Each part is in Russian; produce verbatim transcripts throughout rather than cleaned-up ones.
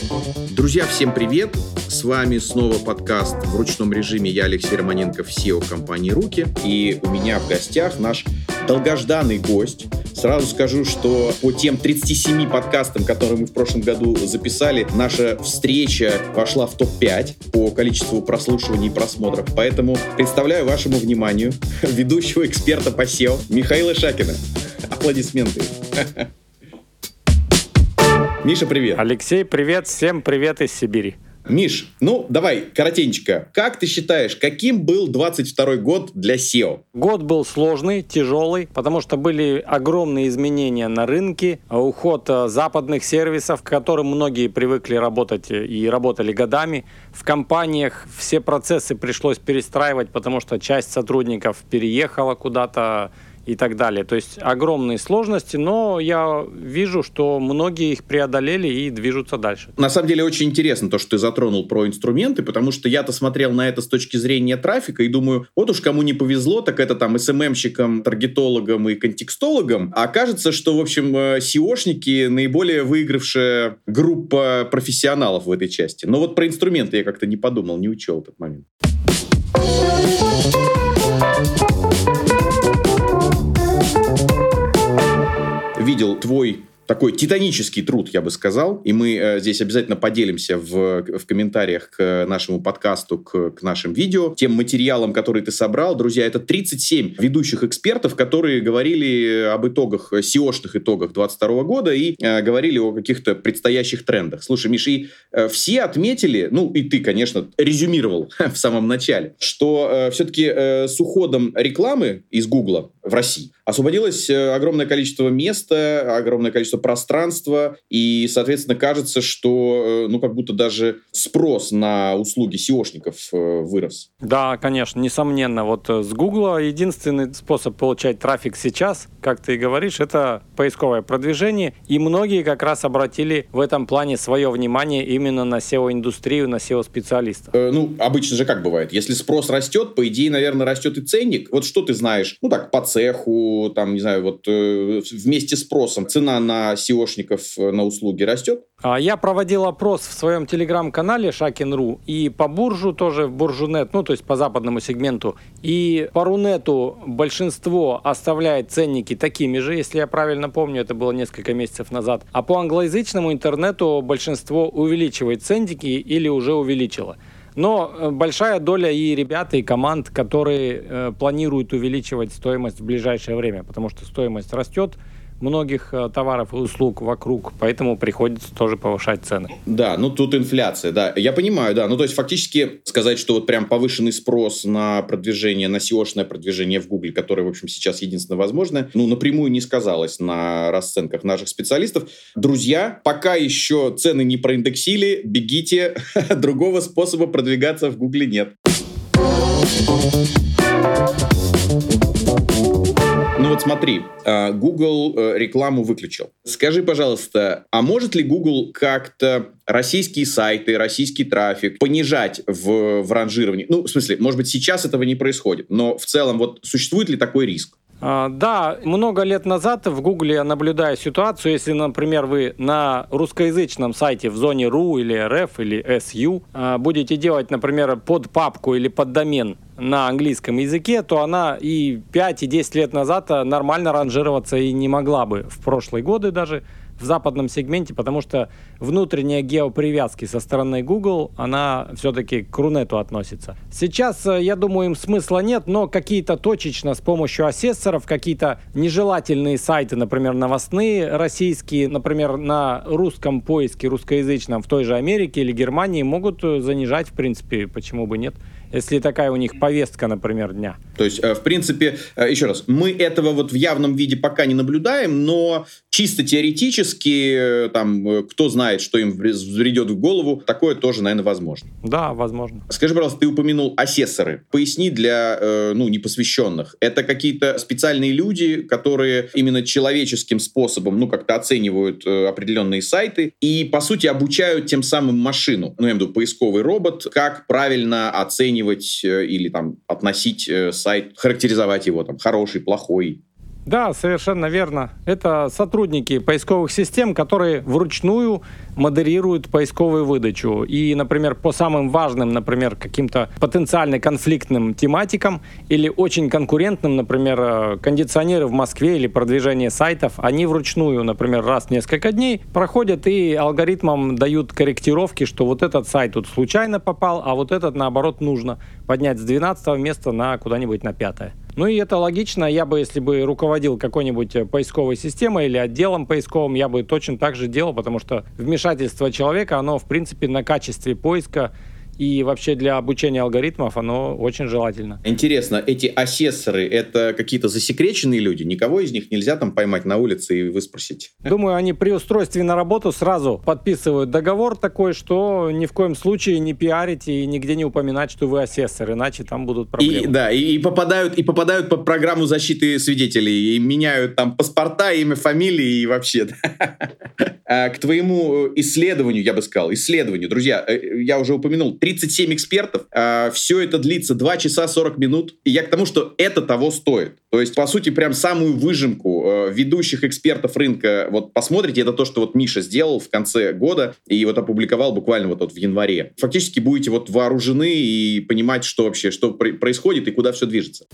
Друзья, всем привет! С вами снова подкаст в ручном режиме. Я Алексей Романенков, си и о компании «Руки». И у меня в гостях наш долгожданный гость. Сразу скажу, что по тем тридцати семи подкастам, которые мы в прошлом году записали, наша встреча вошла в топ пять по количеству прослушиваний и просмотров. Поэтому представляю вашему вниманию ведущего эксперта по сео Михаила Шакина. Аплодисменты. Миша, привет. Алексей, привет. Всем привет из Сибири. Миш, ну давай, коротенько. Как ты считаешь, каким был двадцать второй год для сео? Год был сложный, тяжелый, потому что были огромные изменения на рынке, уход западных сервисов, к которым многие привыкли работать и работали годами. В компаниях все процессы пришлось перестраивать, потому что часть сотрудников переехала куда-то и так далее. То есть огромные сложности, но я вижу, что многие их преодолели и движутся дальше. На самом деле очень интересно то, что ты затронул про инструменты, потому что я-то смотрел на это с точки зрения трафика и думаю, вот уж кому не повезло, так это там эс эм эм-щикам, таргетологам и контекстологам. А окажется, что, в общем, сеошники наиболее выигравшая группа профессионалов в этой части. Но вот про инструменты я как-то не подумал, не учел этот момент. Видел твой такой титанический труд, я бы сказал, и мы э, здесь обязательно поделимся в, в комментариях к нашему подкасту, к, к нашим видео, тем материалам, которые ты собрал. Друзья, это тридцать семь ведущих экспертов, которые говорили об итогах, сеошных итогах двадцать второго года и э, говорили о каких-то предстоящих трендах. Слушай, Миша, и э, все отметили, ну и ты, конечно, резюмировал в самом начале, что э, все-таки э, с уходом рекламы из Гугла в России освободилось огромное количество места, огромное количество пространства, и, соответственно, кажется, что, ну, как будто даже спрос на услуги сеошников вырос. Да, конечно, несомненно. Вот с Гугла единственный способ получать трафик сейчас, как ты и говоришь, это поисковое продвижение, и многие как раз обратили в этом плане свое внимание именно на сео-индустрию, на сео-специалистов. Э, ну, обычно же как бывает? Если спрос растет, по идее, наверное, растет и ценник. Вот что ты знаешь, ну, так, по цеху, там, не знаю, вот э, вместе с спросом цена на сеошников на услуги растет? Я проводил опрос в своем телеграм-канале Шакин точка ру и по Буржу тоже, в Буржунет, ну, то есть по западному сегменту. И по Рунету большинство оставляет ценники такими же, если я правильно помню, это было несколько месяцев назад. А по англоязычному интернету большинство увеличивает ценники или уже увеличило. Но большая доля и ребят, и команд, которые э, планируют увеличивать стоимость в ближайшее время, потому что стоимость растет многих э, товаров и услуг вокруг, поэтому приходится тоже повышать цены. Да, ну тут инфляция, да, я понимаю, да, ну то есть фактически сказать, что вот прям повышенный спрос на продвижение, на сеошное продвижение в Гугле, которое, в общем, сейчас единственно возможное, ну напрямую не сказалось на расценках наших специалистов. Друзья, пока еще цены не проиндексили, бегите, другого способа продвигаться в Гугле нет. Ну вот смотри, Google рекламу выключил. Скажи, пожалуйста, а может ли Google как-то российские сайты, российский трафик понижать в, в ранжировании? Ну, в смысле, может быть, сейчас этого не происходит, но в целом вот существует ли такой риск? Да, много лет назад в Гугле я наблюдаю ситуацию, если, например, вы на русскоязычном сайте в зоне ру или эр эф или эс ю будете делать, например, под папку или под домен на английском языке, то она и пять, и десять лет назад нормально ранжироваться и не могла бы в прошлые годы даже в западном сегменте, потому что внутренняя геопривязки со стороны Google, она все-таки к Рунету относится. Сейчас, я думаю, им смысла нет, но какие-то точечно с помощью ассессоров, какие-то нежелательные сайты, например, новостные российские, например, на русском поиске, русскоязычном в той же Америке или Германии могут занижать, в принципе, почему бы нет, если такая у них повестка, например, дня. То есть, в принципе, еще раз, мы этого вот в явном виде пока не наблюдаем, но чисто теоретически, там, кто знает, что им взбредет в голову, такое тоже, наверное, возможно. Да, возможно. Скажи, пожалуйста, ты упомянул ассессоры. Поясни для, ну, непосвященных. Это какие-то специальные люди, которые именно человеческим способом, ну, как-то оценивают определенные сайты и, по сути, обучают тем самым машину, ну, я имею в виду поисковый робот, как правильно оценивать или там относить сайт, характеризовать его, там, хороший, плохой. Да, совершенно верно. Это сотрудники поисковых систем, которые вручную модерируют поисковую выдачу. И, например, по самым важным, например, каким-то потенциально конфликтным тематикам или очень конкурентным, например, кондиционеры в Москве или продвижение сайтов, они вручную, например, раз в несколько дней проходят и алгоритмам дают корректировки, что вот этот сайт тут случайно попал, а вот этот, наоборот, нужно поднять с двенадцатого места на куда-нибудь на пятое. Ну и это логично. Я бы, если бы руководил какой-нибудь поисковой системой или отделом поисковым, я бы точно так же делал, потому что вмешательство человека, оно, в принципе, на качестве поиска и вообще для обучения алгоритмов оно очень желательно. Интересно, эти асессоры — это какие-то засекреченные люди? Никого из них нельзя там поймать на улице и выспросить? Думаю, они при устройстве на работу сразу подписывают договор такой, что ни в коем случае не пиарите и нигде не упоминать, что вы асессор, иначе там будут проблемы. И, да, и, и, попадают, и попадают под программу защиты свидетелей, и меняют там паспорта, имя, фамилии и вообще. К твоему исследованию, я бы сказал, исследованию, друзья, я уже упомянул, тридцать семь экспертов, все это длится два часа сорок минут, и я к тому, что это того стоит. То есть, по сути, прям самую выжимку ведущих экспертов рынка, вот посмотрите, это то, что вот Миша сделал в конце года и вот опубликовал буквально вот, вот в январе. Фактически будете вот вооружены и понимать, что вообще, что происходит и куда все движется.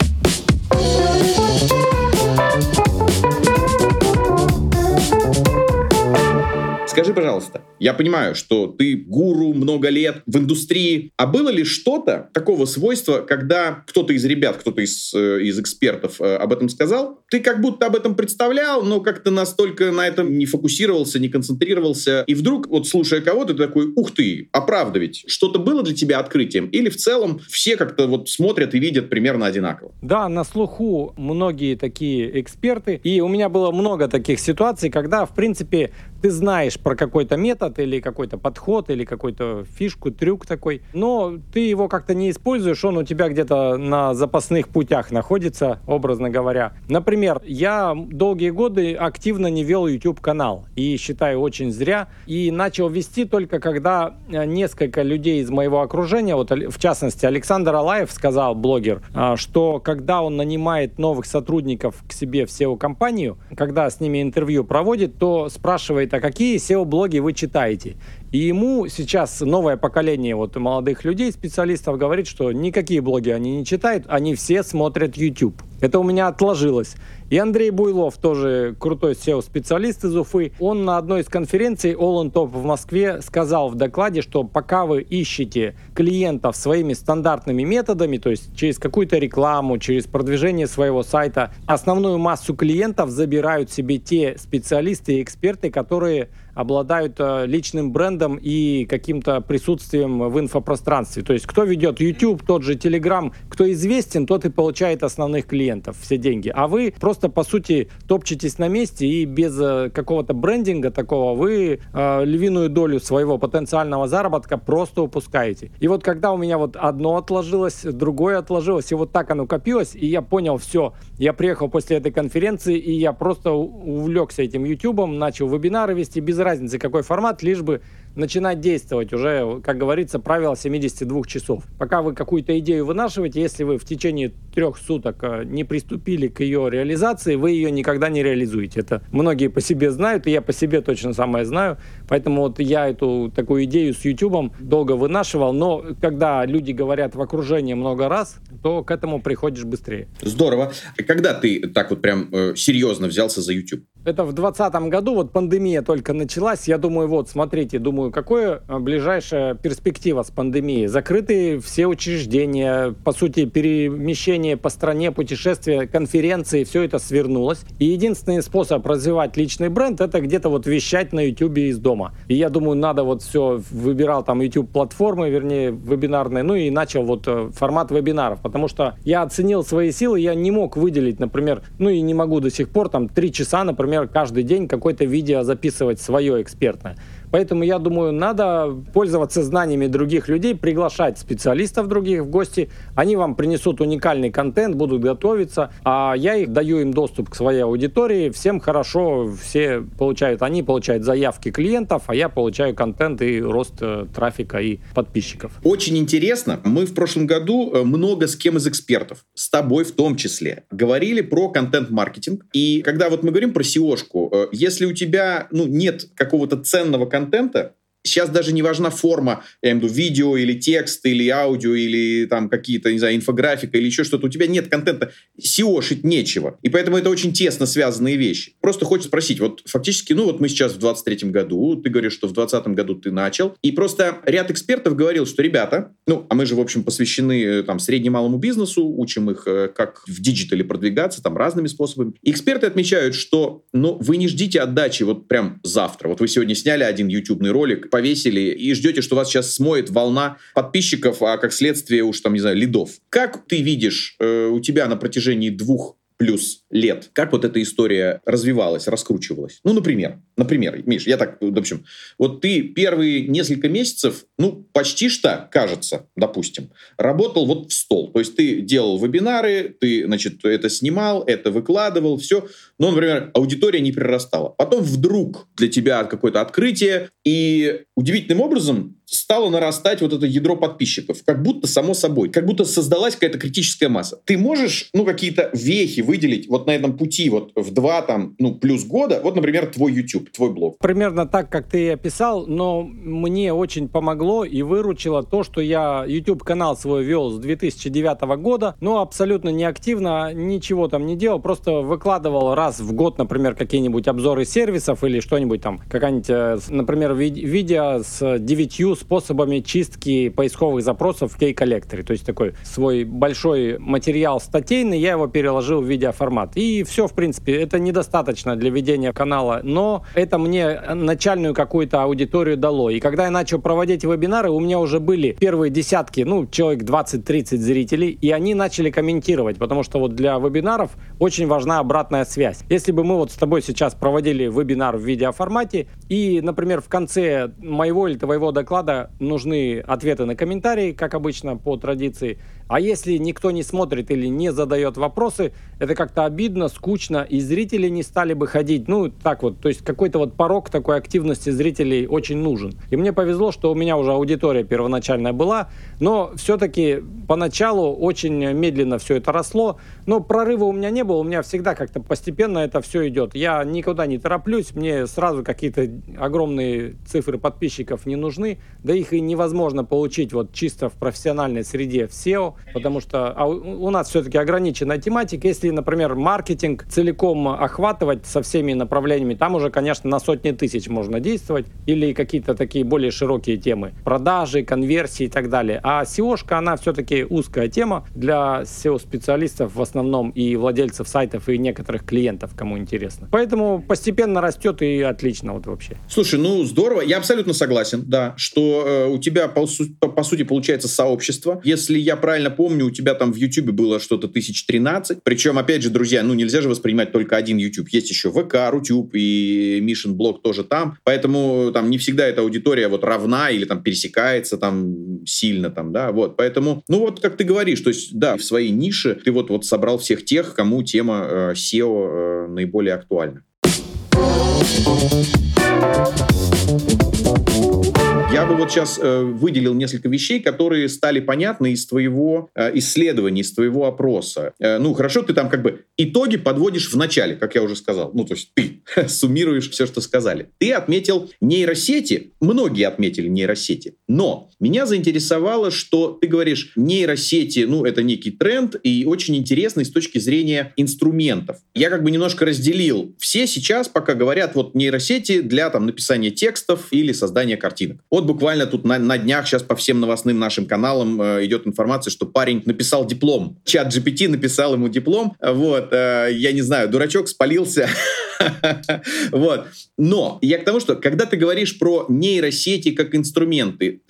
Скажи, пожалуйста, я понимаю, что ты гуру много лет в индустрии, а было ли что-то такого свойства, когда кто-то из ребят, кто-то из, э, из экспертов э, об этом сказал, ты как будто об этом представлял, но как-то настолько на этом не фокусировался, не концентрировался, и вдруг, вот слушая кого-то, ты такой, ух ты, а правда ведь, что-то было для тебя открытием? Или в целом все как-то вот смотрят и видят примерно одинаково? Да, на слуху многие такие эксперты, и у меня было много таких ситуаций, когда, в принципе, ты знаешь про какой-то метод или какой-то подход, или какую-то фишку, трюк такой, но ты его как-то не используешь, он у тебя где-то на запасных путях находится, образно говоря. Например, я долгие годы активно не вел YouTube-канал, и считаю очень зря, и начал вести только когда несколько людей из моего окружения, вот в частности Александр Алаев сказал, блогер, что когда он нанимает новых сотрудников к себе в сео-компанию, когда с ними интервью проводит, то спрашивает, а какие сео-блоги вы читаете? И ему сейчас новое поколение вот молодых людей, специалистов, говорит, что никакие блоги они не читают, они все смотрят YouTube. Это у меня отложилось. И Андрей Буйлов, тоже крутой сео-специалист из Уфы, он на одной из конференций All on Top в Москве сказал в докладе, что пока вы ищете клиентов своими стандартными методами, то есть через какую-то рекламу, через продвижение своего сайта, основную массу клиентов забирают себе те специалисты и эксперты, которые обладают э, личным брендом и каким-то присутствием в инфопространстве. То есть кто ведет YouTube, тот же Telegram, кто известен, тот и получает основных клиентов, все деньги. А вы просто, по сути, топчетесь на месте и без э, какого-то брендинга такого вы э, львиную долю своего потенциального заработка просто упускаете. И вот когда у меня вот одно отложилось, другое отложилось, и вот так оно копилось, и я понял, все, я приехал после этой конференции, и я просто увлекся этим YouTube'ом, начал вебинары вести, без разницы какой формат, лишь бы начинать действовать. Уже, как говорится, правило семьдесят два часов. Пока вы какую-то идею вынашиваете, если вы в течение трех суток не приступили к ее реализации, вы ее никогда не реализуете. Это многие по себе знают, и я по себе точно самое знаю. Поэтому вот я эту такую идею с YouTube долго вынашивал, но когда люди говорят в окружении много раз, то к этому приходишь быстрее. Здорово. Когда ты так вот прям э, серьезно взялся за YouTube? Это в двадцатом году, вот пандемия только началась. Я думаю, вот, смотрите, думаю, какая ближайшая перспектива с пандемией? Закрыты все учреждения, по сути, перемещение по стране, путешествия, конференции, все это свернулось. И единственный способ развивать личный бренд — это где-то вот вещать на YouTube из дома. И я думаю, надо вот все, выбирал там YouTube-платформы, вернее, вебинарные, ну и начал вот формат вебинаров, потому что я оценил свои силы, я не мог выделить, например, ну и не могу до сих пор, там, три часа, например, каждый день какое-то видео записывать свое экспертное. Поэтому я думаю, надо пользоваться знаниями других людей, приглашать специалистов других в гости. Они вам принесут уникальный контент, будут готовиться, а я их даю им доступ к своей аудитории. Всем хорошо, все получают, они получают заявки клиентов, а я получаю контент и рост э, трафика и подписчиков. Очень интересно. Мы в прошлом году много с кем из экспертов, с тобой в том числе, говорили про контент-маркетинг. И когда вот мы говорим про сеошку, если у тебя ну, нет какого-то ценного контента, сейчас даже не важна форма, я имею в виду видео или текст, или аудио, или там какие-то, не знаю, инфографика, или еще что-то. У тебя нет контента, сеошить нечего. И поэтому это очень тесно связанные вещи. Просто хочется спросить, вот фактически, ну вот мы сейчас в двадцать третьем году, ты говоришь, что в двадцатом году ты начал, и просто ряд экспертов говорил, что, ребята, ну, а мы же, в общем, посвящены там среднему-малому бизнесу, учим их, как в диджитале продвигаться, там, разными способами. И эксперты отмечают, что, ну, вы не ждите отдачи вот прям завтра. Вот вы сегодня сняли один ютубный ролик, повесили и ждете, что вас сейчас смоет волна подписчиков, а как следствие уж там, не знаю, лидов. Как ты видишь э, у тебя на протяжении двух плюс лет, как вот эта история развивалась, раскручивалась? Ну, например, например, Миш, я так, в общем, вот ты первые несколько месяцев, ну, почти что, кажется, допустим, работал вот в стол. То есть ты делал вебинары, ты, значит, это снимал, это выкладывал, все. Но, например, аудитория не прирастала. Потом вдруг для тебя какое-то открытие, и удивительным образом стало нарастать вот это ядро подписчиков. Как будто само собой. Как будто создалась какая-то критическая масса. Ты можешь, ну, какие-то вехи выделить вот на этом пути вот в два, там, ну, плюс года? Вот, например, твой YouTube, твой блог. Примерно так, как ты описал, но мне очень помогло и выручило то, что я YouTube-канал свой вел с две тысячи девятого года, но абсолютно неактивно, ничего там не делал, просто выкладывал раз в год, например, какие-нибудь обзоры сервисов или что-нибудь там, какая-нибудь, например, ви- видео с девятью способами чистки поисковых запросов в кей-коллекторе. То есть такой свой большой материал статейный, я его переложил в видеоформат. И все, в принципе, это недостаточно для ведения канала, но это мне начальную какую-то аудиторию дало. И когда я начал проводить вебинары, у меня уже были первые десятки, ну, человек двадцать-тридцать зрителей, и они начали комментировать, потому что вот для вебинаров очень важна обратная связь. Если бы мы вот с тобой сейчас проводили вебинар в видеоформате, и, например, в конце моего или твоего доклада нужны ответы на комментарии, как обычно, по традиции. А если никто не смотрит или не задает вопросы, это как-то обидно, скучно, и зрители не стали бы ходить. Ну, так вот, то есть какой-то вот порог такой активности зрителей очень нужен. И мне повезло, что у меня уже аудитория первоначальная была, но все-таки поначалу очень медленно все это росло. Но прорыва у меня не было, у меня всегда как-то постепенно это все идет. Я никуда не тороплюсь, мне сразу какие-то огромные цифры подписчиков не нужны. Да их и невозможно получить вот чисто в профессиональной среде в сео, потому что а у, у нас все-таки ограниченная тематика. Если, например, маркетинг целиком охватывать со всеми направлениями, там уже, конечно, на сотни тысяч можно действовать, или какие-то такие более широкие темы, продажи, конверсии и так далее. А сеошка, она все-таки узкая тема для сео-специалистов в основном и владельцев сайтов, и некоторых клиентов, кому интересно. Поэтому постепенно растет и отлично вот вообще. Слушай, ну здорово, я абсолютно согласен, да, что у тебя, по, по, по сути, получается сообщество. Если я правильно помню, у тебя там в YouTube было что-то тысяч тринадцать. Причем, опять же, друзья, ну нельзя же воспринимать только один YouTube. Есть еще ВК, Рутюб и Мишин блог тоже там. Поэтому там не всегда эта аудитория вот равна или там пересекается там сильно там, да, вот. Поэтому, ну вот как ты говоришь, то есть, да, в своей нише ты вот, вот собрал всех тех, кому тема э, сео э, наиболее актуальна. Я бы вот сейчас э, выделил несколько вещей, которые стали понятны из твоего э, исследования, из твоего опроса. Э, ну, хорошо, ты там как бы итоги подводишь в начале, как я уже сказал. Ну, то есть ты суммируешь все, что сказали. Ты отметил нейросети, многие отметили нейросети, но меня заинтересовало, что ты говоришь, нейросети, ну, это некий тренд и очень интересный с точки зрения инструментов. Я как бы немножко разделил. Все сейчас пока говорят вот нейросети для там написания текстов или создания картинок. Вот буквально тут на, на днях сейчас по всем новостным нашим каналам э, идет информация, что парень написал диплом. Чат джи пи ти написал ему диплом. Вот, э, я не знаю, дурачок спалился. Вот. Но я к тому, что когда ты говоришь про нейросети как инструменты, ты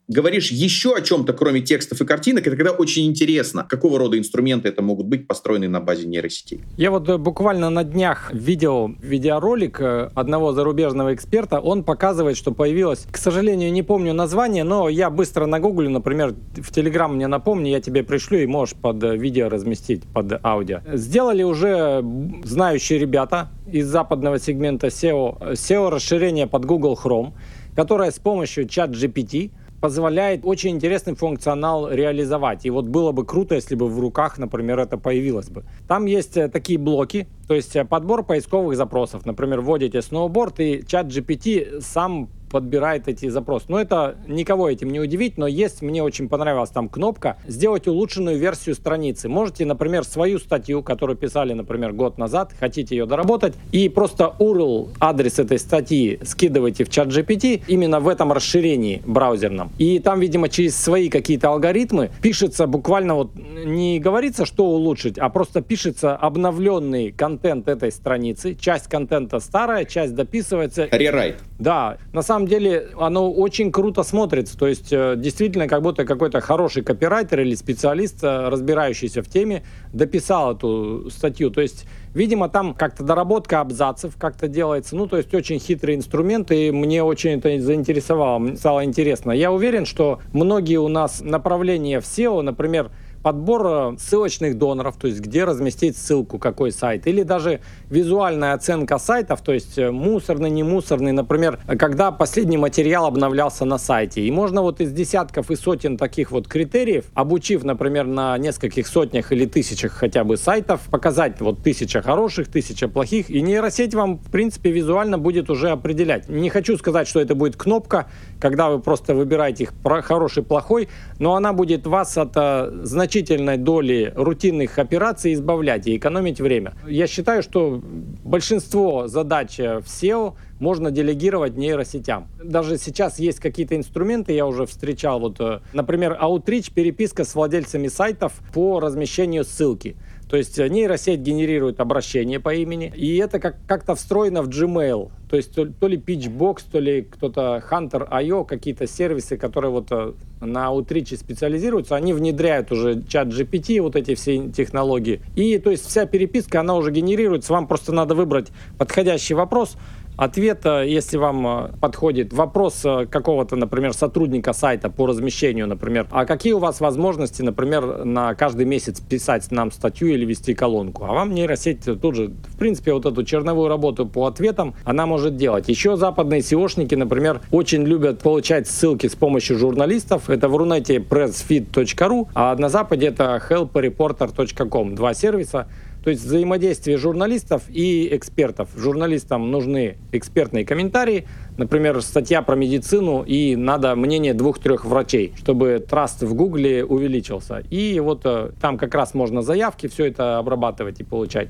говоришь еще о чем-то, кроме текстов и картинок, это когда очень интересно, какого рода инструменты это могут быть, построенные на базе нейросетей. Я вот буквально на днях видел видеоролик одного зарубежного эксперта. Он показывает, что появилось, к сожалению, не помню название, но я быстро нагуглю, например, в Телеграм мне напомни, я тебе пришлю, и можешь под видео разместить, под аудио. Сделали уже знающие ребята из западного сегмента сео, сео-расширение под Google Chrome, которое с помощью чат джи пи ти позволяет очень интересный функционал реализовать. И вот было бы круто, если бы в руках, например, это появилось бы. Там есть такие блоки, то есть подбор поисковых запросов. Например, вводите сноуборд, и чат джи пи ти сам подбирает эти запросы. Но это никого этим не удивит, но есть, мне очень понравилась там кнопка «Сделать улучшенную версию страницы». Можете, например, свою статью, которую писали, например, год назад, хотите ее доработать, и просто ю ар эл, адрес этой статьи скидываете в чат джи пи ти именно в этом расширении браузерном. И там, видимо, через свои какие-то алгоритмы пишется буквально вот, не говорится, что улучшить, а просто пишется обновленный контент этой страницы. Часть контента старая, часть дописывается. Рерайт. Да, на самом деле оно очень круто смотрится, то есть действительно как будто какой-то хороший копирайтер или специалист, разбирающийся в теме, дописал эту статью. То есть, видимо, там как-то доработка абзацев как-то делается, ну, то есть очень хитрый инструмент, и мне очень это заинтересовало, стало интересно. Я уверен, что многие у нас направления в сео, например, подбор ссылочных доноров, то есть где разместить ссылку, какой сайт, или даже визуальная оценка сайтов, то есть мусорный, не мусорный, например, когда последний материал обновлялся на сайте. И можно вот из десятков и сотен таких вот критериев, обучив, например, на нескольких сотнях или тысячах хотя бы сайтов, показать вот тысяча хороших, тысяча плохих, и нейросеть вам, в принципе, визуально будет уже определять. Не хочу сказать, что это будет кнопка, когда вы просто выбираете их хороший, плохой, но она будет вас от значительного значительной доли рутинных операций избавлять и экономить время. Я считаю, что большинство задач в сео можно делегировать нейросетям. Даже сейчас есть какие-то инструменты, я уже встречал, вот, например, Outreach, переписка с владельцами сайтов по размещению ссылки. То есть нейросеть генерирует обращение по имени, и это как- как-то встроено в Gmail. То есть то, то ли Pitchbox, то ли кто-то Hunter точка ай о, какие-то сервисы, которые вот на Outreach специализируются, они внедряют уже чат джи пи ти, вот эти все технологии. И то есть вся переписка, она уже генерируется, вам просто надо выбрать подходящий вопрос. Ответ, если вам подходит вопрос какого-то, например, сотрудника сайта по размещению, например, а какие у вас возможности, например, на каждый месяц писать нам статью или вести колонку, а вам нейросеть тут же, в принципе, вот эту черновую работу по ответам она может делать. Еще западные сеошники, например, очень любят получать ссылки с помощью журналистов. Это в Рунете пресс-фид точка ру, а на Западе это хелп репортер точка ком. Два сервиса. То есть взаимодействие журналистов и экспертов. Журналистам нужны экспертные комментарии, например, статья про медицину, и надо мнение двух-трех врачей, чтобы траст в Гугле увеличился. И вот там как раз можно заявки, все это обрабатывать и получать.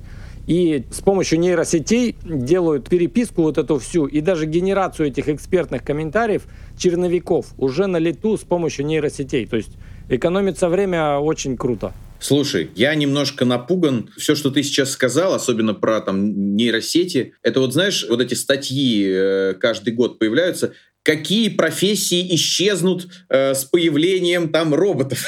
И с помощью нейросетей делают переписку вот эту всю, и даже генерацию этих экспертных комментариев, черновиков, уже на лету с помощью нейросетей. То есть экономится время очень круто. Слушай, я немножко напуган. Все, что ты сейчас сказал, особенно про там нейросети, это вот, знаешь, вот эти статьи э, каждый год появляются. Какие профессии исчезнут э, с появлением там роботов?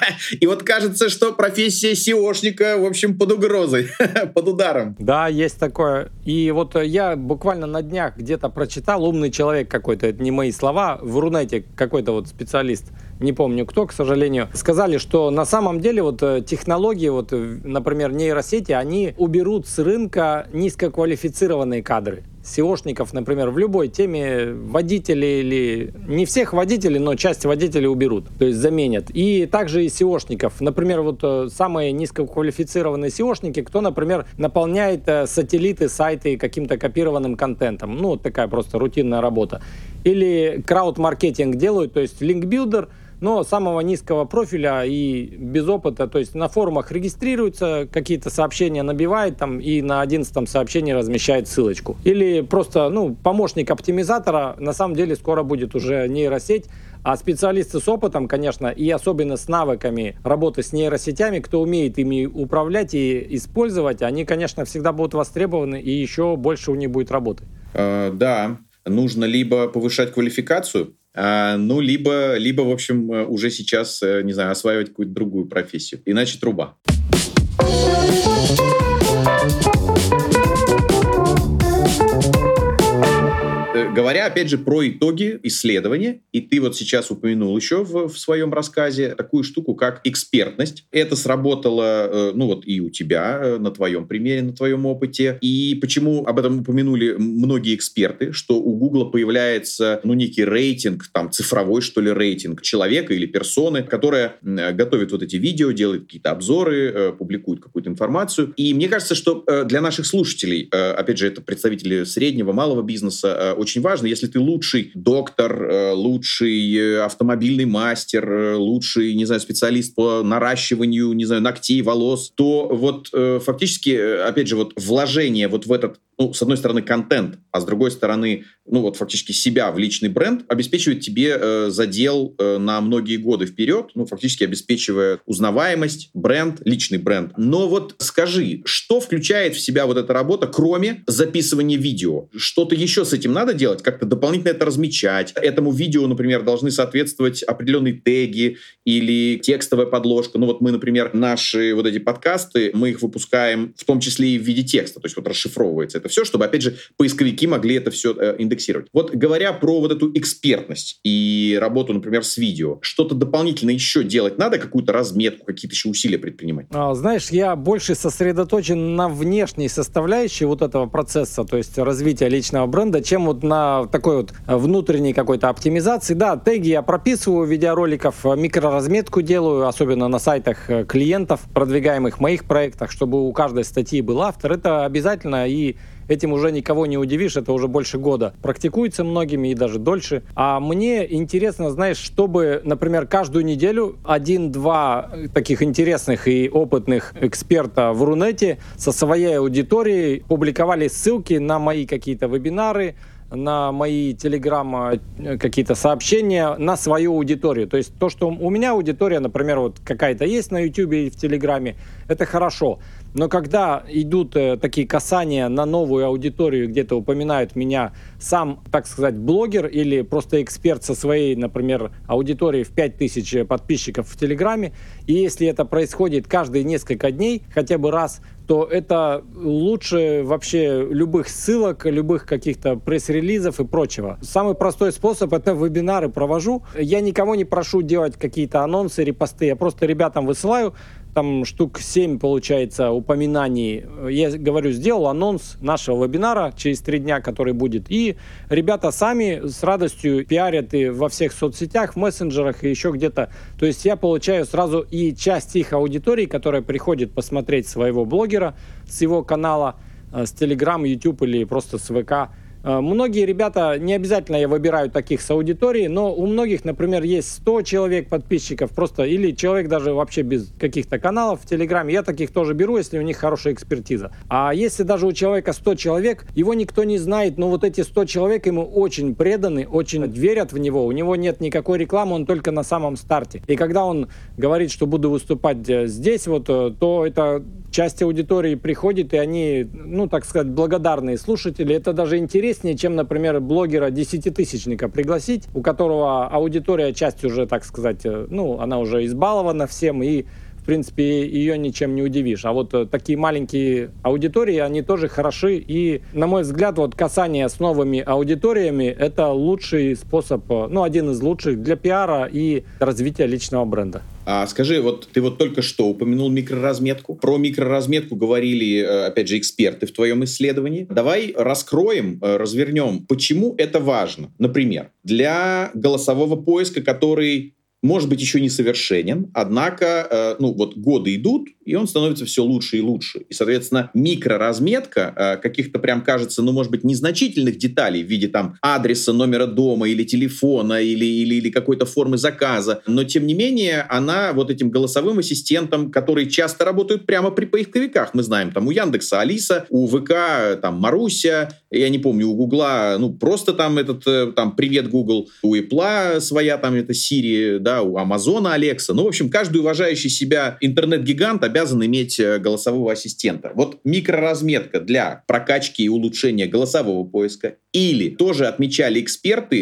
И вот кажется, что профессия сеошника, в общем, под угрозой, под ударом. Да, есть такое. И вот я буквально на днях где-то прочитал, умный человек какой-то, это не мои слова, в Рунете какой-то вот специалист, не помню кто, к сожалению, сказали, что на самом деле вот технологии, вот, например, нейросети, они уберут с рынка низкоквалифицированные кадры. сеошников, например, в любой теме водители или... Не всех водителей, но часть водителей уберут, то есть заменят. И также и сеошников. Например, вот самые низкоквалифицированные сеошники, кто, например, наполняет сателлиты, сайты каким-то копированным контентом. Ну, вот такая просто рутинная работа. Или крауд-маркетинг делают, то есть линкбилдер, но самого низкого профиля и без опыта, то есть на форумах регистрируется, какие-то сообщения набивает там и на одиннадцатом сообщении размещает ссылочку. Или просто, ну, помощник оптимизатора, на самом деле скоро будет уже нейросеть, а специалисты с опытом, конечно, и особенно с навыками работы с нейросетями, кто умеет ими управлять и использовать, они, конечно, всегда будут востребованы и еще больше у них будет работы. Э, да, нужно либо повышать квалификацию А, ну, либо, либо, в общем, уже сейчас, не знаю, осваивать какую-то другую профессию. Иначе труба. Говоря, опять же, про итоги исследования, и ты вот сейчас упомянул еще в, в своем рассказе такую штуку, как экспертность. Это сработало, ну вот и у тебя, на твоем примере, на твоем опыте. И почему об этом упомянули многие эксперты, что у Гугла появляется, ну, некий рейтинг, там, цифровой, что ли, рейтинг человека или персоны, которая готовит вот эти видео, делает какие-то обзоры, публикует какую-то информацию. И мне кажется, что для наших слушателей, опять же, это представители среднего, малого бизнеса, очень важно, если ты лучший доктор, лучший автомобильный мастер, лучший, не знаю, специалист по наращиванию, не знаю, ногтей, волос, то вот фактически, опять же, вот вложение вот в этот, ну, с одной стороны, контент, а с другой стороны, ну, вот фактически себя в личный бренд обеспечивает тебе э, задел э, на многие годы вперед, ну, фактически обеспечивая узнаваемость, бренд, личный бренд. Но вот скажи, что включает в себя вот эта работа, кроме записывания видео? Что-то еще с этим надо делать? Как-то дополнительно это размечать? Этому видео, например, должны соответствовать определенные теги или текстовая подложка. Ну, вот мы, например, наши вот эти подкасты, мы их выпускаем в том числе и в виде текста, то есть вот расшифровывается это все, чтобы, опять же, поисковики могли это все э, индексировать. Вот говоря про вот эту экспертность и работу, например, с видео, что-то дополнительно еще делать надо? Какую-то разметку, какие-то еще усилия предпринимать? А, знаешь, я больше сосредоточен на внешней составляющей вот этого процесса, то есть развития личного бренда, чем вот на такой вот внутренней какой-то оптимизации. Да, теги я прописываю в видеороликов, микроразметку делаю, особенно на сайтах клиентов, продвигаемых в моих проектах, чтобы у каждой статьи был автор. Это обязательно, и этим уже никого не удивишь, это уже больше года практикуется многими и даже дольше. А мне интересно, знаешь, чтобы, например, каждую неделю один-два таких интересных и опытных эксперта в Рунете со своей аудиторией публиковали ссылки на мои какие-то вебинары, на мои телеграм какие-то сообщения, на свою аудиторию. То есть то, что у меня аудитория, например, вот какая-то есть на Ютубе и в Телеграме, это хорошо. Но когда идут э, такие касания на новую аудиторию, где-то упоминают меня сам, так сказать, блогер или просто эксперт со своей, например, аудиторией в пять тысяч подписчиков в Телеграме, и если это происходит каждые несколько дней, хотя бы раз, то это лучше вообще любых ссылок, любых каких-то пресс-релизов и прочего. Самый простой способ — это вебинары провожу. Я никого не прошу делать какие-то анонсы, репосты, я просто ребятам высылаю, там штук семь, получается, упоминаний. Я говорю, сделал анонс нашего вебинара через три дня, который будет. И ребята сами с радостью пиарят и во всех соцсетях, в мессенджерах и еще где-то. То есть я получаю сразу и часть их аудитории, которая приходит посмотреть своего блогера с его канала, с Telegram, YouTube или просто с ВК. Многие ребята, не обязательно я выбираю таких с аудиторией, но у многих, например, есть сто человек подписчиков просто, или человек даже вообще без каких-то каналов в Телеграме. Я таких тоже беру, если у них хорошая экспертиза. А если даже у человека сто человек, его никто не знает, но вот эти сто человек ему очень преданы, очень верят в него, у него нет никакой рекламы, он только на самом старте. И когда он говорит, что буду выступать здесь, вот, то это часть аудитории приходит, и они, ну, так сказать, благодарные слушатели. Это даже интереснее, чем, например, блогера десятитысячника пригласить, у которого аудитория, часть уже, так сказать, ну, она уже избалована всем, и, в принципе, ее ничем не удивишь. А вот такие маленькие аудитории, они тоже хороши, и, на мой взгляд, вот касание с новыми аудиториями — это лучший способ, ну, один из лучших для пиара и развития личного бренда. А скажи, вот ты вот только что упомянул микроразметку. Про микроразметку говорили, опять же, эксперты в твоем исследовании. Давай раскроем, развернем, почему это важно. Например, для голосового поиска, который, может быть, еще не совершенен, однако, ну, вот годы идут, и он становится все лучше и лучше. И, соответственно, микроразметка каких-то прям, кажется, ну, может быть, незначительных деталей в виде там адреса, номера дома или телефона, или, или, или какой-то формы заказа, но, тем не менее, она вот этим голосовым ассистентом, которые часто работают прямо при поисковиках, мы знаем, там у Яндекса Алиса, у ВК там Маруся, я не помню, у Гугла, ну, просто там этот, там, привет, Google, у Apple своя там это Siri, да, у Амазона Алекса, ну, в общем, каждый уважающий себя интернет-гигант обязан иметь голосового ассистента. Вот микроразметка для прокачки и улучшения голосового поиска. Или тоже отмечали эксперты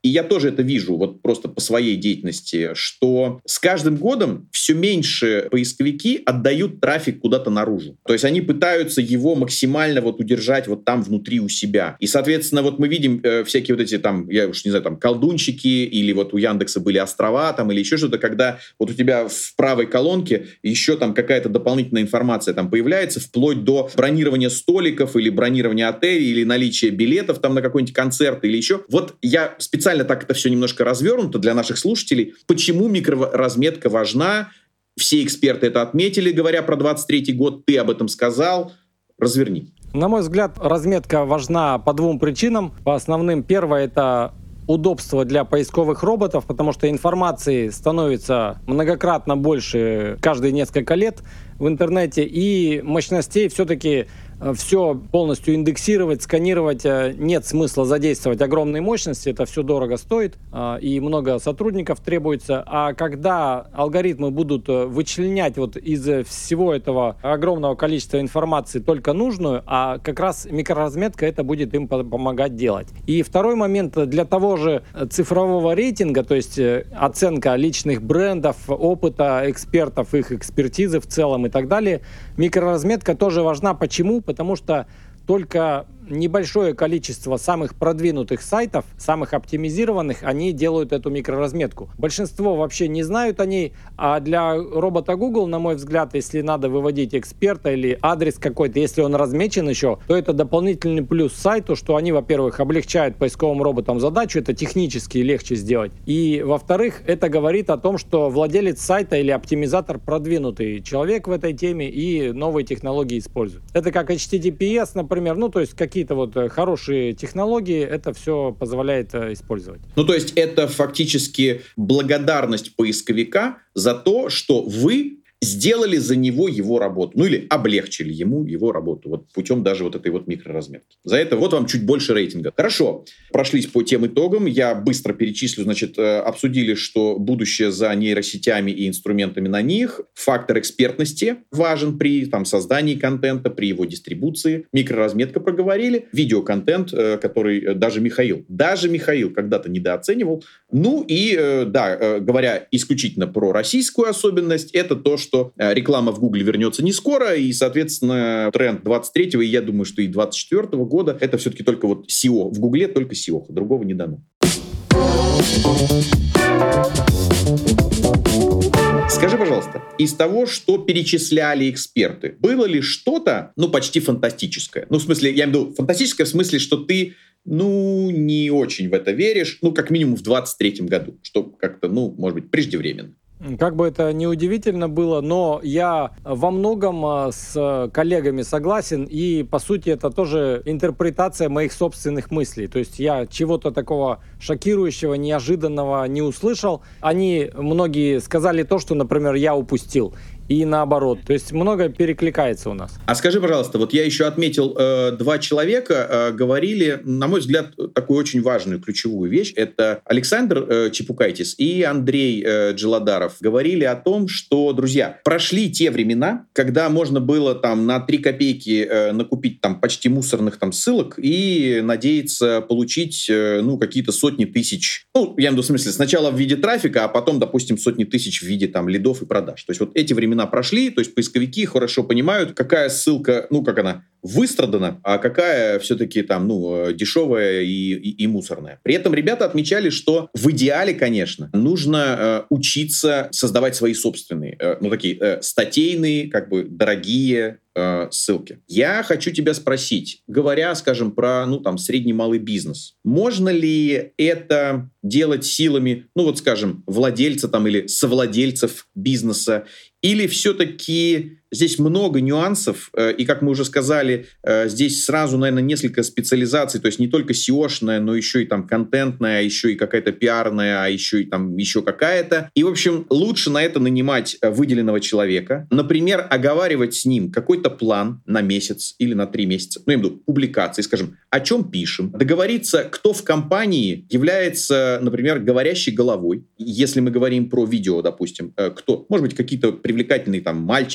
и я тоже это вижу вот просто по своей деятельности, что с каждым годом все меньше поисковики отдают трафик куда-то наружу. То есть они пытаются его максимально вот удержать вот там внутри у себя. И, соответственно, вот мы видим э, всякие вот эти там, я уж не знаю, там колдунчики, или вот у Яндекса были острова там, или еще что-то, когда вот у тебя в правой колонке еще там какая-то дополнительная информация там появляется, вплоть до бронирования столиков, или бронирования отелей, или наличия билетов там на какой-нибудь концерт, или еще. Вот я специально так это все немножко развернуто для наших слушателей. Почему микроразметка важна? Все эксперты это отметили, говоря про двадцать третий год. Ты об этом сказал. Разверни. На мой взгляд, разметка важна по двум причинам. По основным, первое — это удобство для поисковых роботов, потому что информации становится многократно больше каждые несколько лет в интернете, и мощностей все-таки все полностью индексировать, сканировать нет смысла задействовать огромные мощности, это все дорого стоит и много сотрудников требуется. А когда алгоритмы будут вычленять вот из всего этого огромного количества информации только нужную, а как раз микроразметка это будет им помогать делать. И второй момент, для того же цифрового рейтинга, то есть оценка личных брендов, опыта экспертов, их экспертизы в целом и так далее, микроразметка тоже важна. Почему? Потому что только небольшое количество самых продвинутых сайтов, самых оптимизированных, они делают эту микроразметку. Большинство вообще не знают о ней, а для робота Google, на мой взгляд, если надо выводить эксперта или адрес какой-то, если он размечен еще, то это дополнительный плюс сайту, что они, во-первых, облегчают поисковым роботам задачу, это технически легче сделать. И, во-вторых, это говорит о том, что владелец сайта или оптимизатор продвинутый человек в этой теме и новые технологии использует. Это как эйч ти ти пи эс, например, ну, то есть какие какие-то вот хорошие технологии, это все позволяет использовать. Ну, то есть это фактически благодарность поисковика за то, что вы сделали за него его работу. Ну, или облегчили ему его работу. Вот путем даже вот этой вот микроразметки. За это вот вам чуть больше рейтинга. Хорошо. Прошлись по тем итогам. Я быстро перечислю. Значит, обсудили, что будущее за нейросетями и инструментами на них. Фактор экспертности важен при там, создании контента, при его дистрибуции. Микроразметка проговорили. Видеоконтент, который даже Михаил, даже Михаил когда-то недооценивал. Ну и, да, говоря исключительно про российскую особенность, это то, что что реклама в Гугле вернется не скоро, и, соответственно, тренд двадцать третьего, и я думаю, что и двадцать четвёртого года, это все-таки только вот сео. В Гугле только сео, другого не дано. Скажи, пожалуйста, из того, что перечисляли эксперты, было ли что-то, ну, почти фантастическое? Ну, в смысле, я имею в виду фантастическое в смысле, что ты, ну, не очень в это веришь, ну, как минимум в двадцать третьем году, что как-то, ну, может быть, преждевременно. Как бы это ни удивительно было, но я во многом с коллегами согласен, и, по сути, это тоже интерпретация моих собственных мыслей. То есть я чего-то такого шокирующего, неожиданного не услышал. Они, многие, сказали то, что, например, я упустил. И наоборот. То есть многое перекликается у нас. А скажи, пожалуйста, вот я еще отметил, э, два человека э, говорили, на мой взгляд, такую очень важную, ключевую вещь. Это Александр э, Чепукайтис и Андрей э, Джеладаров говорили о том, что, друзья, прошли те времена, когда можно было там на три копейки э, накупить там почти мусорных там ссылок и надеяться получить э, ну, какие-то сотни тысяч. Ну, я имею в виду в смысле, сначала в виде трафика, а потом, допустим, сотни тысяч в виде там лидов и продаж. То есть вот эти времена прошли, то есть поисковики хорошо понимают, какая ссылка, ну, как она, выстрадана, а какая все-таки там, ну, дешевая и, и, и мусорная. При этом ребята отмечали, что в идеале, конечно, нужно э, учиться создавать свои собственные, э, ну, такие э, статейные, как бы, дорогие э, ссылки. Я хочу тебя спросить, говоря, скажем, про, ну, там, средний-малый бизнес, можно ли это делать силами, ну, вот, скажем, владельца там или совладельцев бизнеса, или все-таки здесь много нюансов, э, и, как мы уже сказали, э, здесь сразу, наверное, несколько специализаций, то есть не только сеошная, но еще и там контентная, а еще и какая-то пиарная, а еще и там еще какая-то. И, в общем, лучше на это нанимать выделенного человека, например, оговаривать с ним какой-то план на месяц или на три месяца, ну, я имею в виду публикации, скажем, о чем пишем, договориться, кто в компании является, например, говорящей головой, если мы говорим про видео, допустим, э, кто, может быть, какие-то привлекательные там мальчики, девочки,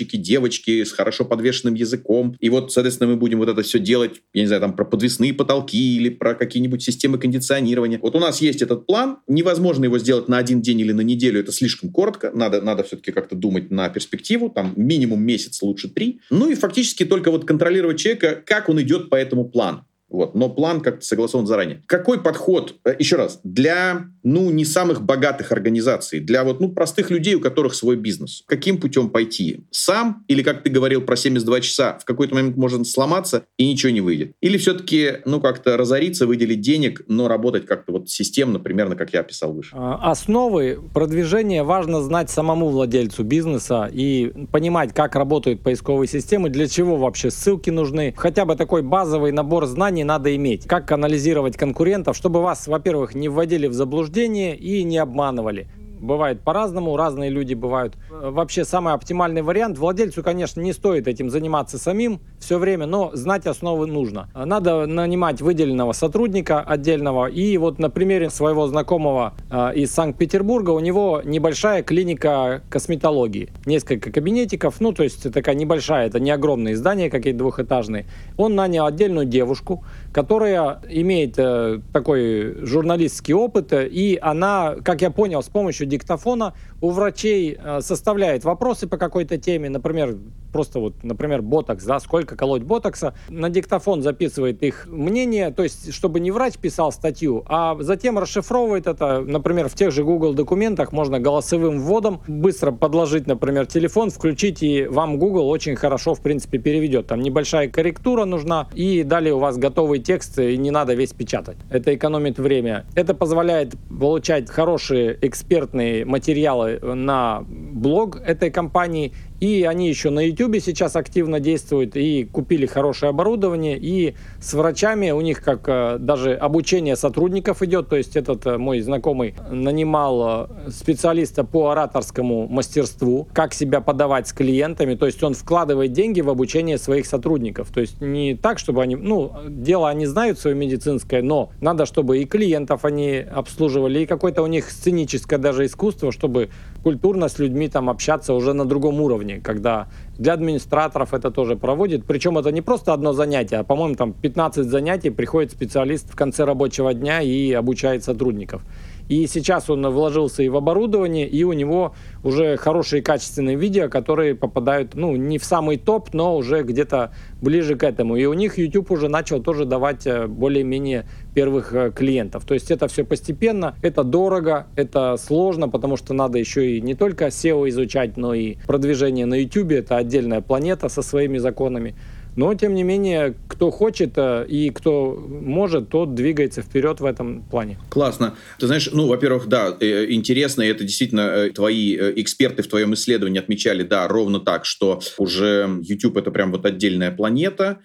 девочки с хорошо подвешенным языком. И вот, соответственно, мы будем вот это все делать, я не знаю, там про подвесные потолки или про какие-нибудь системы кондиционирования. Вот у нас есть этот план. Невозможно его сделать на один день или на неделю. Это слишком коротко. Надо, надо все-таки как-то думать на перспективу. Там минимум месяц, лучше три. Ну и фактически только вот контролировать человека, как он идет по этому плану. Вот. Но план как-то согласован заранее. Какой подход, еще раз, для, ну, не самых богатых организаций, для вот, ну, простых людей, у которых свой бизнес? Каким путем пойти? Сам? Или, как ты говорил про семьдесят два часа, в какой-то момент можно сломаться и ничего не выйдет? Или все-таки, ну, как-то разориться, выделить денег, но работать как-то вот системно, примерно, как я описал выше? Основы продвижения важно знать самому владельцу бизнеса и понимать, как работают поисковые системы, для чего вообще ссылки нужны. Хотя бы такой базовый набор знаний надо иметь. Как анализировать конкурентов, чтобы вас, во-первых, не вводили в заблуждение и не обманывали. Бывает по-разному, разные люди бывают. Вообще самый оптимальный вариант. Владельцу, конечно, не стоит этим заниматься самим все время, но знать основы нужно. Надо нанимать выделенного сотрудника отдельного. И вот на примере своего знакомого э, из Санкт-Петербурга, у него небольшая клиника косметологии. Несколько кабинетиков, ну то есть такая небольшая, это не огромные здания какие-то двухэтажные. Он нанял отдельную девушку, которая имеет э, такой журналистский опыт, и она, как я понял, с помощью диктофона у врачей э, составляет вопросы по какой-то теме, например, просто вот, например, ботокс, да, сколько колоть ботокса, на диктофон записывает их мнение, то есть, чтобы не врач писал статью, а затем расшифровывает это, например, в тех же Google документах можно голосовым вводом быстро подложить, например, телефон, включить, и вам Google очень хорошо, в принципе, переведет. Там небольшая корректура нужна, и далее у вас готовый текст, и не надо весь печатать. Это экономит время. Это позволяет получать хорошие экспертные материалы на блог этой компании. И они еще на YouTube сейчас активно действуют и купили хорошее оборудование. И с врачами у них как э, даже обучение сотрудников идет. То есть этот э, мой знакомый нанимал э, специалиста по ораторскому мастерству, как себя подавать с клиентами. То есть он вкладывает деньги в обучение своих сотрудников. То есть не так, чтобы они... Ну, дело они знают свое медицинское, но надо, чтобы и клиентов они обслуживали, и какое-то у них сценическое даже искусство, чтобы культурно с людьми там общаться уже на другом уровне, когда для администраторов это тоже проводит. Причем это не просто одно занятие, а, по-моему, там пятнадцать занятий, приходит специалист в конце рабочего дня и обучает сотрудников. И сейчас он вложился и в оборудование, и у него уже хорошие качественные видео, которые попадают, ну, не в самый топ, но уже где-то ближе к этому. И у них YouTube уже начал тоже давать более-менее первых клиентов. То есть это все постепенно, это дорого, это сложно, потому что надо еще и не только сео изучать, но и продвижение на YouTube. Это отдельная планета со своими законами. Но, тем не менее, кто хочет и кто может, тот двигается вперед в этом плане. Классно. Ты знаешь, ну, во-первых, да, интересно, и это действительно твои эксперты в твоем исследовании отмечали, да, ровно так, что уже YouTube — это прям вот отдельная планета.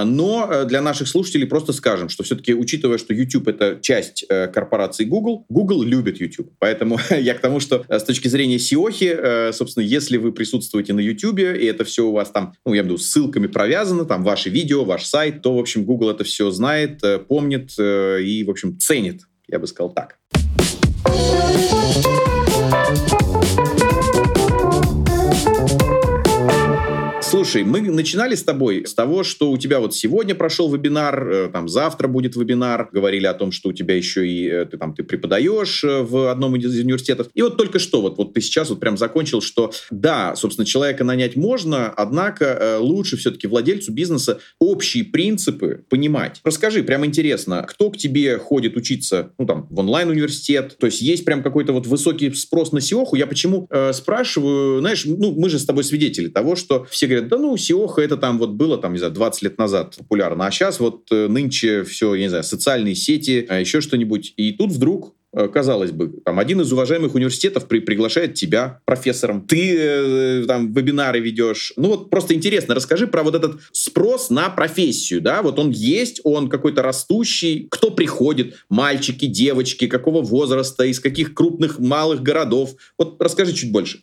Но для наших слушателей просто скажем, что все-таки, учитывая, что YouTube — это часть корпорации Google, Google любит YouTube. Поэтому я к тому, что с точки зрения сеохи, собственно, если вы присутствуете на YouTube, и это все у вас там, ну, я имею в виду, ссылками провязано, там ваши видео, ваш сайт, то, в общем, Google это все знает, помнит и, в общем, ценит, я бы сказал так. Слушай, мы начинали с тобой с того, что у тебя вот сегодня прошел вебинар, там завтра будет вебинар, говорили о том, что у тебя еще и ты там ты преподаешь в одном из университетов. И вот только что вот, вот ты сейчас вот прям закончил, что да, собственно, человека нанять можно, однако лучше все-таки владельцу бизнеса общие принципы понимать. Расскажи, прям интересно, кто к тебе ходит учиться, ну там, в онлайн-университет, то есть есть прям какой-то вот высокий спрос на сеоху. Я почему э, спрашиваю, знаешь, ну мы же с тобой свидетели того, что все говорят, да ну, сеоха это там вот было, там, не знаю, двадцать лет назад популярно, а сейчас вот э, нынче все, я не знаю, социальные сети, а еще что-нибудь. И тут вдруг, э, казалось бы, там один из уважаемых университетов при, приглашает тебя профессором, ты э, там вебинары ведешь. Ну вот просто интересно, расскажи про вот этот спрос на профессию, да, вот он есть, он какой-то растущий, кто приходит, мальчики, девочки, какого возраста, из каких крупных, малых городов. Вот расскажи чуть больше.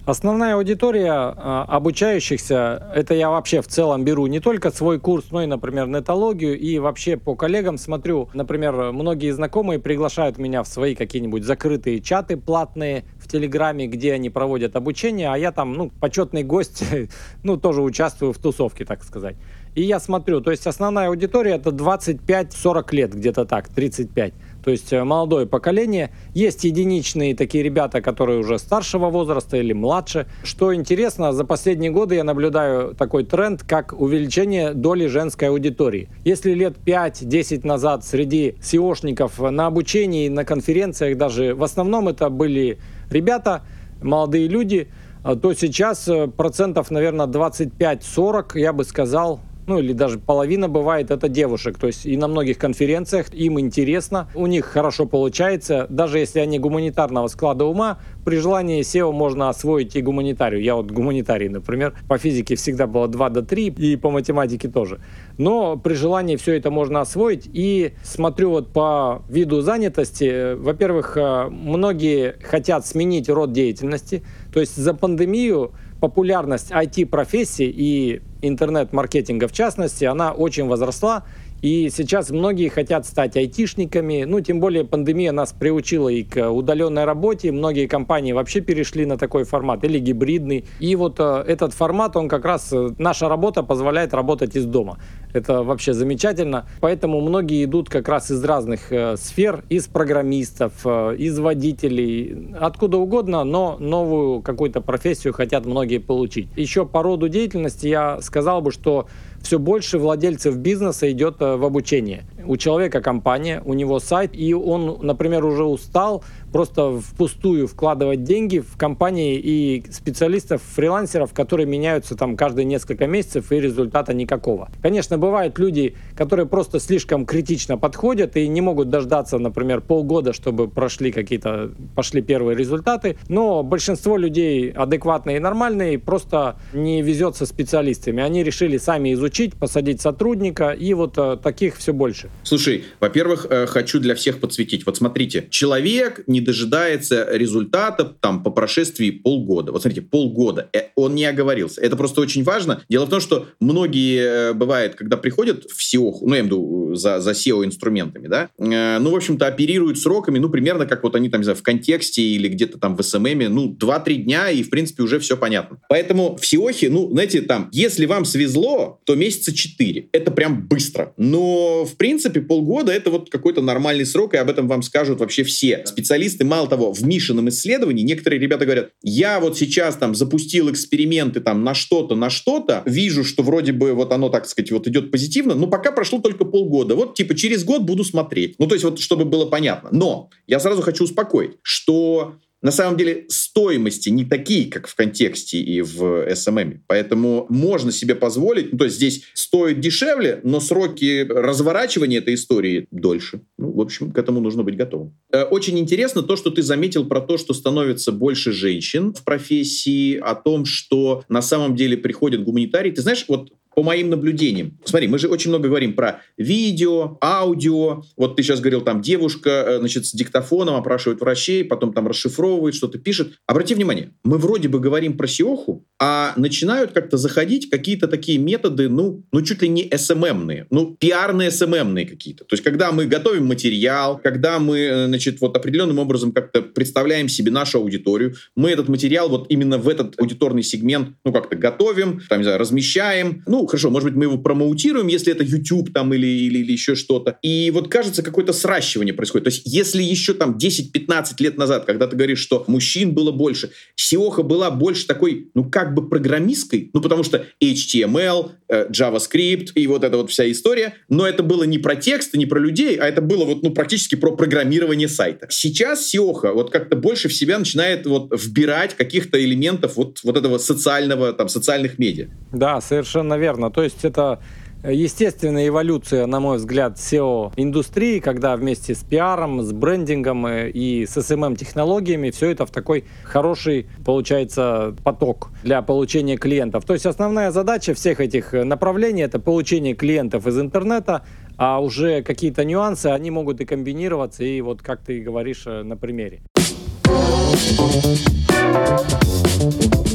Основная аудитория а, обучающихся, это я вообще в целом беру не только свой курс, но и, например, нетологию, и вообще по коллегам смотрю. Например, многие знакомые приглашают меня в свои какие-нибудь закрытые чаты платные в Телеграме, где они проводят обучение, а я там, ну, почетный гость, ну, тоже участвую в тусовке, так сказать. И я смотрю, то есть основная аудитория это двадцать пять сорок лет, где-то так, тридцать пять. То есть молодое поколение. Есть единичные такие ребята, которые уже старшего возраста или младше. Что интересно, за последние годы я наблюдаю такой тренд, как увеличение доли женской аудитории. Если лет пять-десять назад среди сеошников на обучении, на конференциях даже в основном это были ребята, молодые люди, то сейчас процентов, наверное, двадцать пять сорок, я бы сказал, ну или даже половина бывает, это девушек. То есть и на многих конференциях им интересно, у них хорошо получается. Даже если они гуманитарного склада ума, при желании сео можно освоить и гуманитарию. Я вот гуманитарий, например, по физике всегда было два до три, и по математике тоже. Но при желании все это можно освоить. И смотрю вот по виду занятости. Во-первых, многие хотят сменить род деятельности. То есть за пандемию популярность ай ти-профессий и интернет-маркетинга в частности, она очень возросла. И сейчас многие хотят стать айтишниками. Ну, тем более пандемия нас приучила и к удаленной работе. Многие компании вообще перешли на такой формат или гибридный. И вот э, этот формат, он как раз, э, наша работа позволяет работать из дома. Это вообще замечательно. Поэтому многие идут как раз из разных э, сфер, из программистов, э, из водителей, откуда угодно, но новую какую-то профессию хотят многие получить. Еще по роду деятельности я сказал бы, что все больше владельцев бизнеса идет в обучение. У человека компания, у него сайт, и он, например, уже устал просто впустую вкладывать деньги в компании и специалистов, фрилансеров, которые меняются там каждые несколько месяцев и результата никакого. Конечно, бывают люди, которые просто слишком критично подходят и не могут дождаться, например, полгода, чтобы прошли какие-то, пошли первые результаты, но большинство людей адекватные и нормальные, просто не везет со специалистами. Они решили сами изучить, посадить сотрудника, и вот э, таких все больше. Слушай, во-первых, э, хочу для всех подсветить. Вот смотрите, человек не дожидается результата там по прошествии полгода. Вот смотрите, полгода. Э, он не оговорился. Это просто очень важно. Дело в том, что многие, э, бывает, когда приходят в сео, ну, я имею в виду за, за сео-инструментами, да, э, ну, в общем-то, оперируют сроками, ну, примерно как вот они там, не знаю, в контексте или где-то там в эс эм эм, ну, два-три дня, и, в принципе, уже все понятно. Поэтому в сеохе, ну, знаете, там, если вам свезло, то месяца четыре. Это прям быстро. Но, в принципе, полгода — это вот какой-то нормальный срок, и об этом вам скажут вообще все специалисты. Мало того, в Мишином исследовании некоторые ребята говорят, я вот сейчас там запустил эксперименты там на что-то, на что-то, вижу, что вроде бы вот оно, так сказать, вот идет позитивно, но пока прошло только полгода. Вот, типа, через год буду смотреть. Ну, то есть, вот, чтобы было понятно. Но я сразу хочу успокоить, что на самом деле стоимости не такие, как в контексте и в эс эм эм. Поэтому можно себе позволить, ну, то есть здесь стоит дешевле, но сроки разворачивания этой истории дольше. Ну, в общем, к этому нужно быть готовым. Очень интересно то, что ты заметил про то, что становится больше женщин в профессии, о том, что на самом деле приходят гуманитарии. Ты знаешь, вот по моим наблюдениям. Смотри, мы же очень много говорим про видео, аудио. Вот ты сейчас говорил, там девушка, значит, с диктофоном опрашивает врачей, потом там расшифровывает, что-то пишет. Обрати внимание, мы вроде бы говорим про сеоху, а начинают как-то заходить какие-то такие методы, ну, ну чуть ли не эс эм эм-ные, ну, пиарные эс эм эм-ные какие-то. То есть, когда мы готовим материал, когда мы, значит, вот определенным образом как-то представляем себе нашу аудиторию, мы этот материал вот именно в этот аудиторный сегмент, ну, как-то готовим, там, не знаю, размещаем, ну, хорошо, может быть, мы его промоутируем, если это YouTube там или, или, или еще что-то. И вот, кажется, какое-то сращивание происходит. То есть, если еще там десять-пятнадцать лет назад, когда ты говоришь, что мужчин было больше, сеоха была больше такой, ну, как бы программистской, ну, потому что эйч ти эм эл, э, JavaScript и вот эта вот вся история, но это было не про тексты, не про людей, а это было вот, ну, практически про программирование сайта. Сейчас сеоха вот как-то больше в себя начинает вот вбирать каких-то элементов вот, вот этого социального, там, социальных медиа. Да, совершенно верно. То есть это естественная эволюция, на мой взгляд, сео-индустрии, когда вместе с пиаром, с брендингом и с эс эм эм-технологиями все это в такой хороший, получается, поток для получения клиентов. То есть основная задача всех этих направлений — это получение клиентов из интернета, а уже какие-то нюансы, они могут и комбинироваться, и вот как ты говоришь на примере.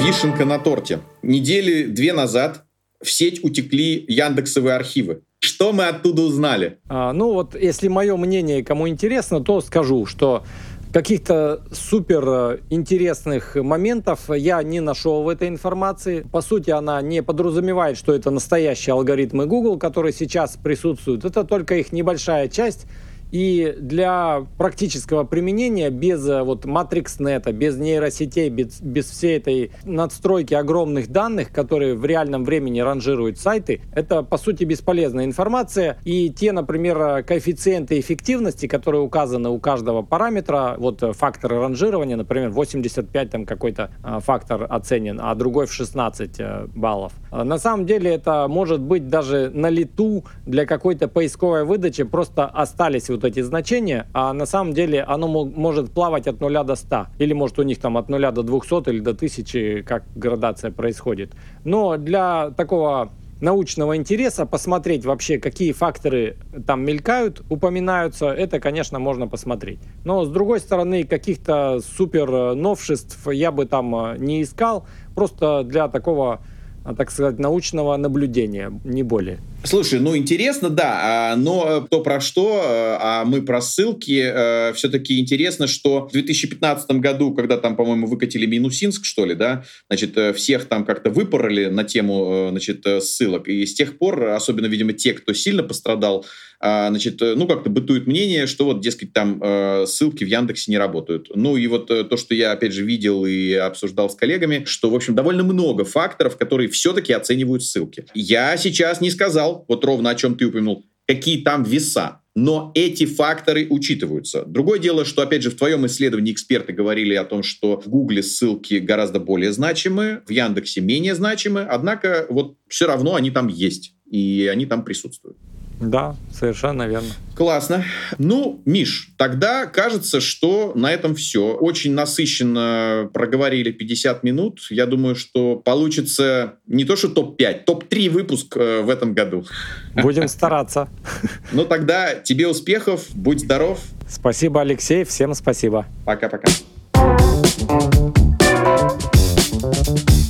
вишенка на торте. Недели две назад в сеть утекли яндексовые архивы. Что мы оттуда узнали? А, ну вот, если мое мнение кому интересно, то скажу, что каких-то супер интересных моментов я не нашел в этой информации. По сути, она не подразумевает, что это настоящие алгоритмы Google, которые сейчас присутствуют. Это только их небольшая часть. И для практического применения без вот MatrixNet, без нейросетей, без, без всей этой надстройки огромных данных, которые в реальном времени ранжируют сайты, это по сути бесполезная информация. И те, например, коэффициенты эффективности, которые указаны у каждого параметра, вот факторы ранжирования, например, восемьдесят пять там какой-то фактор оценен, а другой в шестнадцать баллов. На самом деле это может быть даже на лету для какой-то поисковой выдачи, просто остались вот эти значения, а на самом деле оно может плавать от нуля до ста. Или может у них там от нуля до двухсот или до тысячи, как градация происходит. Но для такого научного интереса посмотреть вообще, какие факторы там мелькают, упоминаются, это, конечно, можно посмотреть. Но, с другой стороны, каких-то супер новшеств я бы там не искал, просто для такого, так сказать, научного наблюдения, не более. Слушай, ну интересно, да, но то про что, а мы про ссылки. Все-таки интересно, что в две тысячи пятнадцатом году, когда там, по-моему, выкатили Минусинск, что ли, да, значит, всех там как-то выпороли на тему, значит, ссылок. И с тех пор, особенно, видимо, те, кто сильно пострадал, значит, ну, как-то бытует мнение, что вот, дескать, там ссылки в Яндексе не работают. Ну, и вот то, что я, опять же, видел и обсуждал с коллегами, что, в общем, довольно много факторов, которые все-таки оценивают ссылки. Я сейчас не сказал, вот ровно о чем ты упомянул, какие там веса. Но эти факторы учитываются. Другое дело, что, опять же, в твоем исследовании эксперты говорили о том, что в Гугле ссылки гораздо более значимы, в Яндексе менее значимы, однако вот все равно они там есть, и они там присутствуют. Да, совершенно верно. Классно. Ну, Миш, тогда кажется, что на этом все. Очень насыщенно проговорили пятьдесят минут. Я думаю, что получится не то что топ пять, топ три выпуск э, в этом году. Будем стараться. Ну, тогда тебе успехов, будь здоров. Спасибо, Алексей, всем спасибо. Пока-пока.